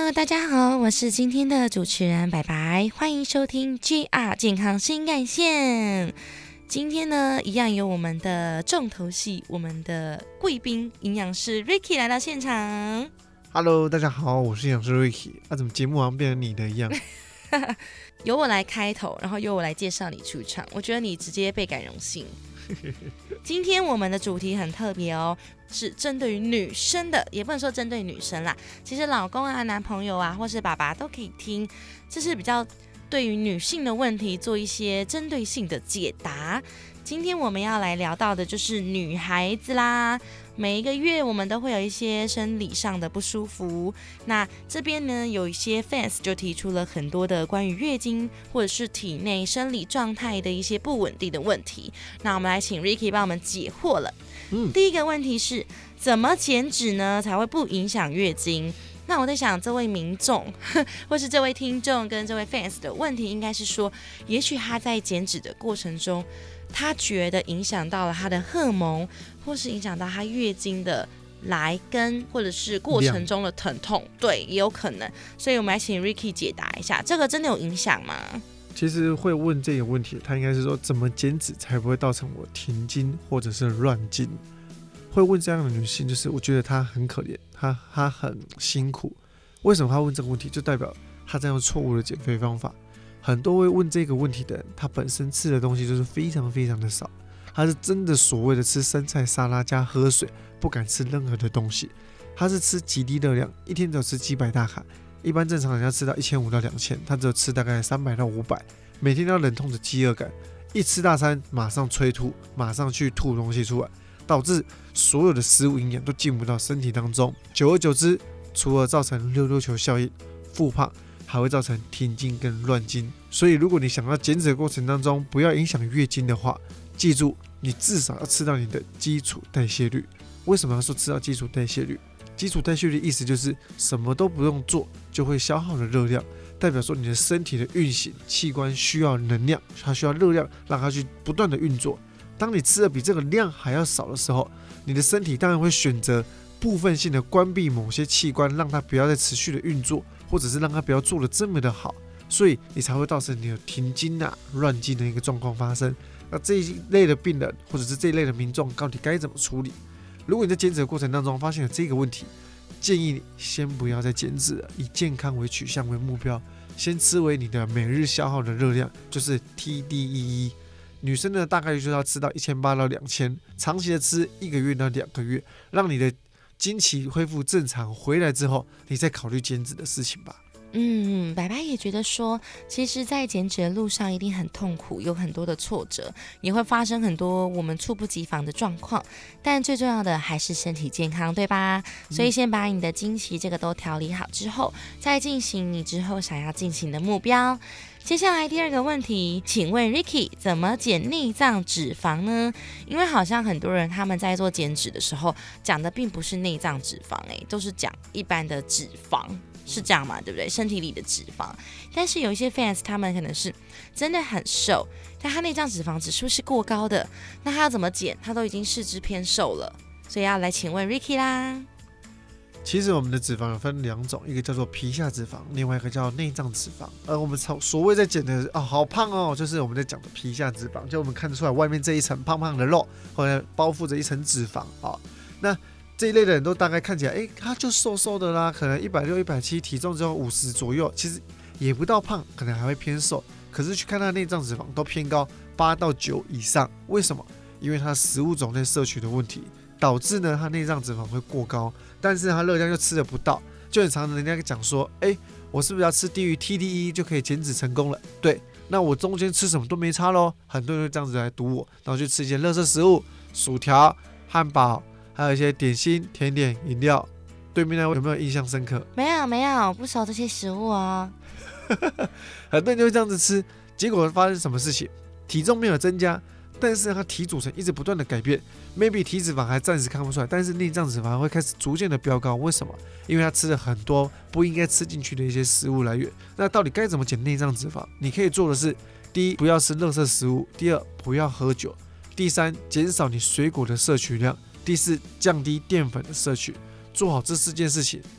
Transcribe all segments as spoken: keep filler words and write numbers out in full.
Hello， 大家好，我是今天的主持人白白，欢迎收听 G R 健康新干线。今天呢，一样有我们的重头戏，我们的贵宾营养师 Ricky 来到现场。 Hello， 大家好，我是营养师 Ricky。啊，怎么节目好像变成你的一样？ 由我来开头，然后由我来介绍你出场，我觉得你直接倍感荣幸。今天我们的主题很特别哦，是针对于女生的，也不能说针对女生啦，其实老公啊、男朋友啊，或是爸爸都可以听，这是比较对于女性的问题做一些针对性的解答。今天我们要来聊到的就是女孩子啦，每一个月我们都会有一些生理上的不舒服，那这边呢有一些 fans 就提出了很多的关于月经或者是体内生理状态的一些不稳定的问题，那我们来请 Ricky 帮我们解惑了。嗯，第一个问题是怎么减脂呢才会不影响月经？那我在想，这位民众或是这位听众跟这位 fans 的问题应该是说，也许他在减脂的过程中，他觉得影响到了他的荷尔蒙，或是影响到他月经的来跟，或者是过程中的疼痛，对，也有可能。所以我们来请 Ricky 解答一下，这个真的有影响吗？ 其实会问这个问题，他应该是说怎么减脂才不会造成我停经或者是乱经。会问这样的女性，就是我觉得她很可怜，她她很辛苦。为什么她问这个问题？就代表她在用错误的减肥方法。很多会问这个问题的人，他本身吃的东西就是非常非常的少，他是真的所谓的吃生菜沙拉加喝水，不敢吃任何的东西。他是吃极低热量，一天只有吃几百大卡，一般正常人要吃到一千五到两千，他只有吃大概三百到五百，每天要忍痛的饥饿感，一吃大餐马上催吐，马上去吐东西出来，导致所有的食物营养都进不到身体当中，久而久之，除了造成溜溜球效应、复胖，还会造成停经跟乱经。所以如果你想要减脂的过程当中不要影响月经的话，记住你至少要吃到你的基础代谢率。为什么要说吃到基础代谢率？基础代谢率的意思就是什么都不用做就会消耗的热量，代表说你的身体的运行器官需要能量，它需要热量让它去不断的运作。当你吃的比这个量还要少的时候，你的身体当然会选择部分性的关闭某些器官，让它不要再持续的运作，或者是让它不要做的这么的好，所以你才会造成你有停经啊、乱经的一个状况发生。那这一类的病人或者是这一类的民众，到底该怎么处理？如果你在减脂的过程当中发现了这个问题，建议你先不要再减脂了，以健康为取向为目标，先吃为你的每日消耗的热量，就是 T D E E。女生呢，大概就是要吃到一千八到两千，长期的吃一个月到两个月，让你的经期恢复正常回来之后，你再考虑减脂的事情吧。 嗯，白白也觉得说，其实在减脂的路上一定很痛苦，有很多的挫折，也会发生很多我们猝不及防的状况，但最重要的还是身体健康，对吧？所以先把你的经期这个都调理好之后，再进行你之后想要进行的目标。接下来第二个问题，请问 Ricky 怎么减内脏脂肪呢？因为好像很多人他们在做减脂的时候讲的并不是内脏脂肪，欸，都是讲一般的脂肪，是这样嘛？对不对？身体里的脂肪。但是有一些 fans 他们可能是真的很瘦，但他内脏脂肪指数是过高的，那他要怎么减？他都已经四肢偏瘦了，所以要来请问 Ricky 啦。 其实我们的脂肪有分两种，一个叫做皮下脂肪，另外一个叫内脏脂肪。而我们所谓在减的哦，好胖哦，就是我们在讲的皮下脂肪，就我们看得出来外面这一层胖胖的肉，或者包覆着一层脂肪啊，哦。那这一类的人都大概看起来，哎，他就瘦瘦的啦，可能一百六、一百七，体重只有五十左右，其实也不到胖，可能还会偏瘦。可是去看他的内脏脂肪都偏高，八到九以上。为什么？因为他食物种类摄取的问题，导致呢他内脏脂肪会过高。但是他热量又吃得不到，就很常人家讲说，哎，我是不是要吃低于 T D E 就可以减脂成功了？对，那我中间吃什么都没差咯。很多人会这样子来堵我，然后去吃一些垃圾食物，薯条、汉堡，还有一些点心、甜点、饮料。对面那位有没有印象深刻？ 没有没有，不熟这些食物哦。 很多人就会这样子吃，结果发生什么事情？体重没有增加，但是它体组成一直不断的改变 ，maybe 体脂肪还暂时看不出来，但是内脏脂肪会开始逐渐的飙高。为什么？因为它吃了很多不应该吃进去的一些食物来源。那到底该怎么减内脏脂肪？你可以做的是：第一，不要吃垃圾食物；第二，不要喝酒；第三，减少你水果的摄取量；第四，降低淀粉的摄取。做好这四件事情，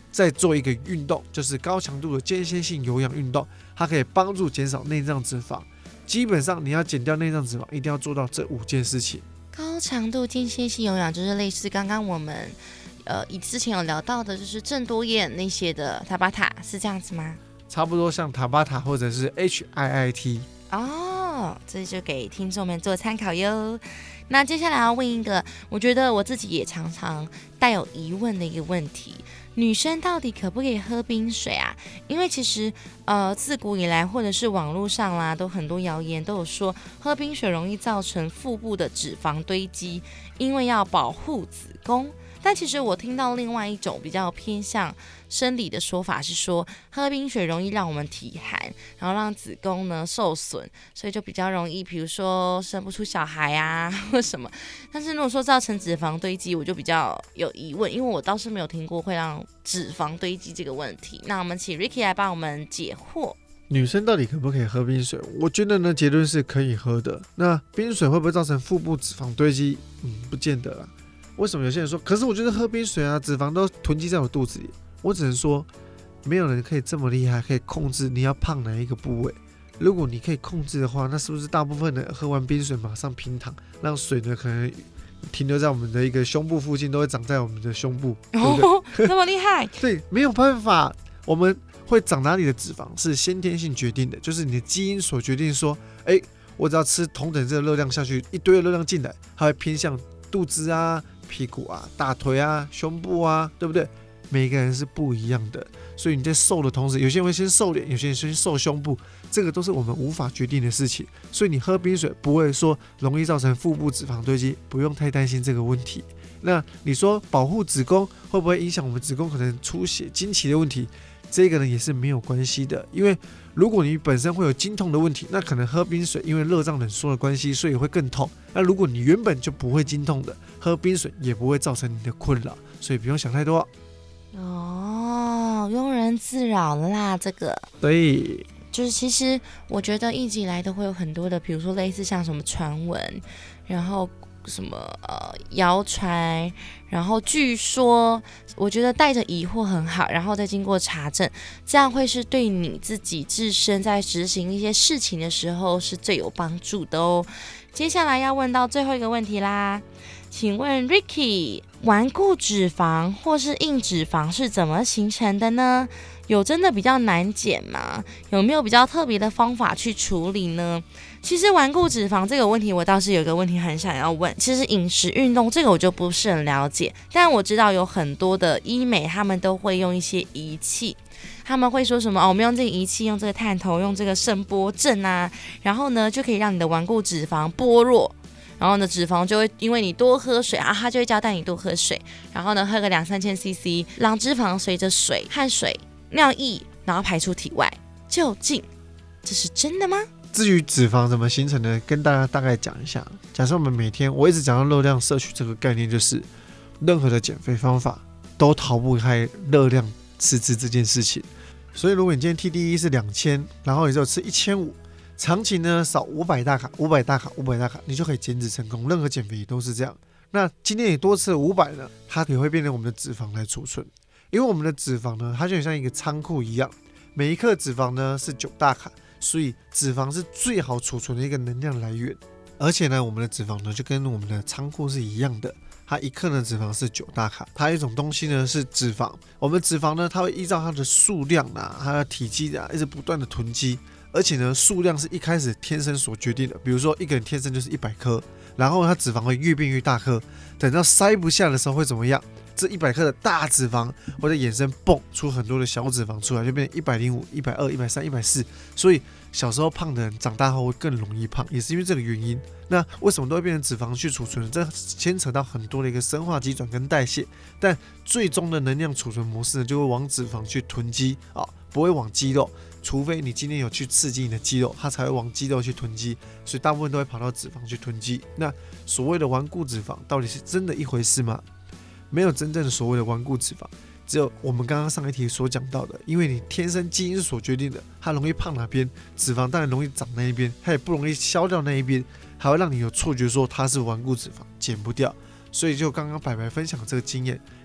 再做一个运动，就是高强度的间歇性有氧运动，它可以帮助减少内脏脂肪。基本上你要减掉内脏脂肪，一定要做到这五件事情。 高强度间歇性有氧就是类似刚刚我们呃之前有聊到的，就是郑多燕那些的塔巴塔，是这样子吗？ 差不多像塔巴塔或者是 H I I T。 哦，这就给听众们做参考哟。那接下来要问一个我觉得我自己也常常带有疑问的一个问题，女生到底可不可以喝冰水啊？因为其实呃自古以来或者是网络上啦，都很多谣言都有说喝冰水容易造成腹部的脂肪堆积，因为要保护子宫。但其实我听到另外一种比较偏向生理的说法是说，喝冰水容易让我们体寒，然后让子宫呢受损，所以就比较容易比如说生不出小孩啊或什么。但是如果说造成脂肪堆积，我就比较有疑问，因为我倒是没有听过会让脂肪堆积这个问题。那我们请 Ricky 来帮我们解惑。 女生到底可不可以喝冰水？我觉得呢，结论是可以喝的。那冰水会不会造成腹部脂肪堆积？嗯，不见得啦。为什么有些人说，可是我觉得喝冰水啊，脂肪都囤积在我肚子里。我只能说，没有人可以这么厉害，可以控制你要胖哪一个部位。如果你可以控制的话，那是不是大部分人喝完冰水马上平躺，让水呢可能停留在我们的一个胸部附近，都会长在我们的胸部，对不对？ 哦，这么厉害？ 对，没有办法，我们会长哪里的脂肪是先天性决定的，就是你的基因所决定说，哎，我只要吃同等这个热量下去，一堆的热量进来，它会偏向肚子啊、屁股啊、大腿啊、胸部啊，对不对？每个人是不一样的，所以你在瘦的同时，有些人会先瘦脸，有些人先瘦胸部，这个都是我们无法决定的事情。所以你喝冰水不会说容易造成腹部脂肪堆积，不用太担心这个问题。那你说保护子宫会不会影响我们子宫可能出血、经期的问题？这个呢也是没有关系的，因为如果你本身会有经痛的问题，那可能喝冰水因为热胀冷缩的关系，所以会更痛。那如果你原本就不会经痛的，喝冰水也不会造成你的困扰，所以不用想太多。 哦，庸人自扰了啦，这个。 对， 就是其实我觉得一直以来都会有很多的，比如说类似像什么传闻，然后什么呃谣传，然后据说，我觉得带着疑惑很好，然后再经过查证，这样会是对你自己自身在执行一些事情的时候是最有帮助的哦。接下来要问到最后一个问题啦，请问 Ricky， 顽固脂肪或是硬脂肪是怎么形成的呢？有真的比较难减吗？有没有比较特别的方法去处理呢？其实顽固脂肪这个问题，我倒是有个问题很想要问。其实饮食运动这个我就不是很了解，但我知道有很多的医美，他们都会用一些仪器，他们会说什么哦，我们用这个仪器，用这个探头，用这个声波阵啊，然后呢就可以让你的顽固脂肪剥弱。然后呢，脂肪就会因为你多喝水啊，它就会交代你多喝水。然后呢，喝个两三千 C C， 让脂肪随着水、汗水、尿液，然后排出体外。究竟这是真的吗？ 至于脂肪怎么形成的，跟大家大概讲一下。假设我们每天，我一直讲到热量摄取这个概念，就是任何的减肥方法都逃不开热量赤字这件事情。所以，如果你今天 T D E 是两千，然后你只有吃一千五。长期呢少五百大卡，五百大卡，五百大卡，你就可以减脂成功。任何减肥都是这样。那今天你多吃了五百呢，它也会变成我们的脂肪来储存。因为我们的脂肪呢，它就很像一个仓库一样，每一克脂肪呢是九大卡，所以脂肪是最好储存的一个能量来源。而且呢，我们的脂肪呢就跟我们的仓库是一样的，它一克的脂肪是九大卡。它有一种东西呢是脂肪，我们脂肪呢它会依照它的数量啊、它的体积啊，一直不断的囤积。而且呢，数量是一开始天生所决定的。比如说，一个人天生就是一百颗，然后它脂肪会越变越大颗，等到塞不下的时候会怎么样？这一百克的大脂肪会在衍生蹦出很多的小脂肪出来，就变成一百零五、一百二、一百三、一百四。所以小时候胖的人长大后会更容易胖，也是因为这个原因。那为什么都会变成脂肪去储存？这牵扯到很多的一个生化机转跟代谢，但最终的能量储存模式呢，就会往脂肪去囤积啊，不会往肌肉。除非你今天有去刺激你的肌肉，它才会往肌肉去囤积，所以大部分都会跑到脂肪去囤积。那所谓的顽固脂肪到底是真的一回事吗？没有真正的所谓的顽固脂肪，只有我们刚刚上一题所讲到的，因为你天生基因所决定的，它容易胖哪边，脂肪当然容易长那一边，它也不容易消掉那一边，还会让你有错觉说它是顽固脂肪，减不掉。所以就刚刚白白分享这个经验，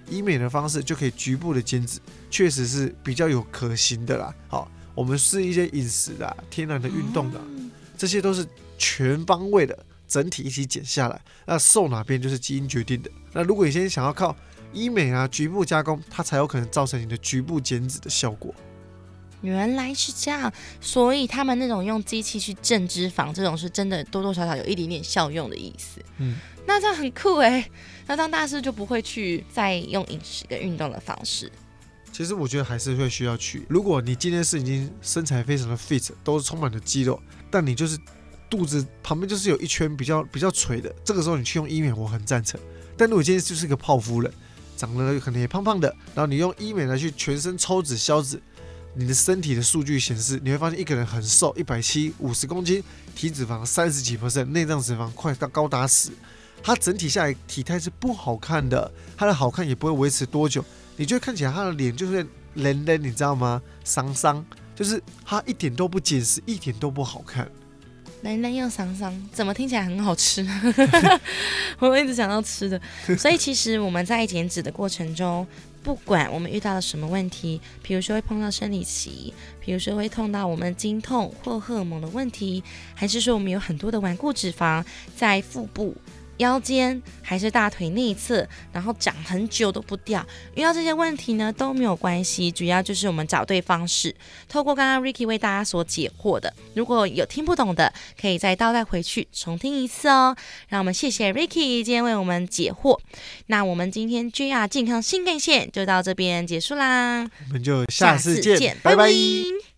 医美的方式就可以局部的减脂，确实是比较有可行的啦。好，我们是一些饮食的、天然的运动的、嗯，这些都是全方位的，整体一起减下来。那瘦哪边就是基因决定的。那如果你现在想要靠医美啊局部加工，它才有可能造成你的局部减脂的效果。 原来是这样，所以他们那种用机器去震脂肪，这种是真的多多少少有一点点效用的意思。嗯，那这样很酷哎。那张大师就不会去再用饮食跟运动的方式。 其实我觉得还是会需要去。如果你今天是已经身材非常的 fit， 都是充满了肌肉，但你就是肚子旁边就是有一圈比较比较垂的，这个时候你去用医美，我很赞成。但如果今天就是个泡芙人，长得可能也胖胖的，然后你用医美来去全身抽脂消脂。你的身体的数据显示，你会发现一个人很瘦，一百七十五十公斤，体脂肪三十几 percent， 内脏脂肪快到高达十，他整体下来体态是不好看的，他的好看也不会维持多久，你就会看起来他的脸就是冷冷，你知道吗？伤伤，就是他一点都不紧实，一点都不好看。 冷冷又桑桑，怎么听起来很好吃？我一直想到吃的，所以其实我们在减脂的过程中，不管我们遇到了什么问题，比如说会碰到生理期，比如说会痛到我们经痛或荷尔蒙的问题，还是说我们有很多的顽固脂肪在腹部、腰间还是大腿内侧，然后长很久都不掉，遇到这些问题呢都没有关系，主要就是我们找对方式。透过刚刚 Ricky 为大家所解惑的，如果有听不懂的，可以再倒带回去重听一次哦。让我们谢谢 Ricky 今天为我们解惑。那我们今天 J R 健康新干线就到这边结束啦， 我们就下次见，拜拜。